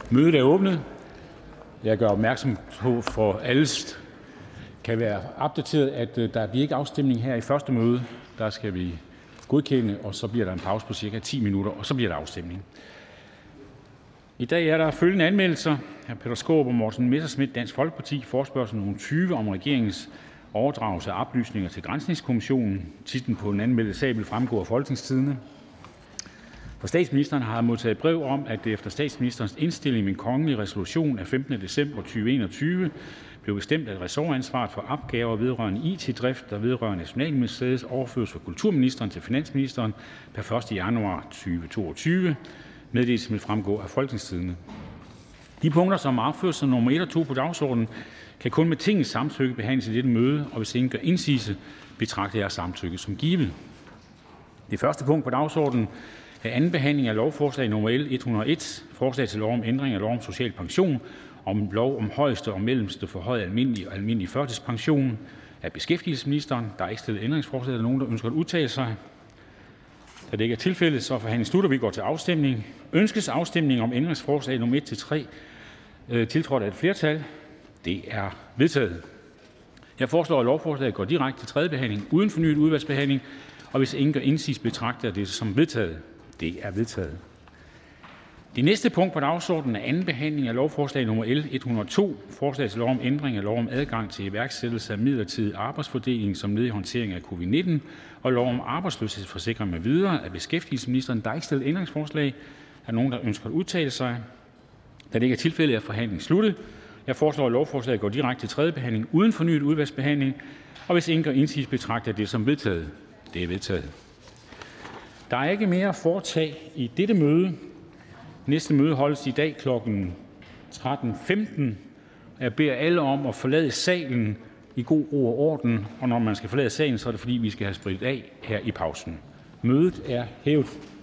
Mødet er åbnet. Jeg gør opmærksom på, for alles kan være opdateret, at der bliver ikke afstemning her i første møde. Der skal vi godkende, og så bliver der en pause på cirka 10 minutter, og så bliver der afstemning. I dag er der følgende anmeldelser. Peter Skaarup og Morten Messerschmidt, Dansk Folkeparti, forespørgsel nr. 20 om regeringens overdragelse af oplysninger til Granskningskommissionen. Titlen på den anmeldte sag vil fremgå af Folketingstidende. For statsministeren har modtaget brev om, at det efter statsministerens indstilling med en kongelig resolution af 15. december 2021 blev bestemt, at ressortansvaret for opgaver vedrørende IT-drift, der vedrører Nationalmuseet, overføres fra kulturministeren til finansministeren per 1. januar 2022. Meddelelsen vil fremgå af Folketingstidende. De punkter, som er opført som nummer 1 og 2 på dagsordenen, kan kun med Tingets samtykke behandles i dette møde, og hvis ingen gør indsigelse, betragter jeg samtykke som givet. Det første punkt på dagsordenen er anden behandling af lovforslag nr. L 101, forslag til lov om ændring af lov om social pension, om lov om højeste og mellemste forhøjet almindelig og almindelig førtidspension. Af beskæftigelsesministeren. Der er ikke stillet ændringsforslag. Er der nogen, der ønsker at udtale sig? Da det ikke er tilfældet, så er forhandlingen sluttet. Vi går til afstemning. Ønskes afstemning om ændringsforslag nr. 1-3, tiltrådt af et flertal? Det er vedtaget. Jeg foreslår, at lovforslaget går direkte til tredje behandling uden fornyet udvalgsbehandling, og hvis ingen gør indsigelse, betragter jeg det som vedtaget. Det er vedtaget. Det næste punkt på dagsordenen er anden behandling af lovforslag nr. L 102, forslag til lov om ændring af lov om adgang til iværksættelse af midlertidig arbejdsfordeling som led i håndtering af covid-19 og lov om arbejdsløshedsforsikring med videre af beskæftigelsesministeren. Der er ikke stillet ændringsforslag. Er der nogen, der ønsker at udtale sig? Da det ikke er tilfældet, er forhandlingen sluttet. Jeg foreslår, at lovforslaget går direkte til tredje behandling uden fornyet udvalgsbehandling, og hvis ingen gør indsigelse, betragter jeg det som vedtaget. Det er vedtaget. Der er ikke mere at foretage i dette møde. Næste møde holdes i dag kl. 13.15. Jeg beder alle om at forlade salen i god ro og orden, og når man skal forlade salen, så er det fordi, vi skal have spritet af her i pausen. Mødet er hævet.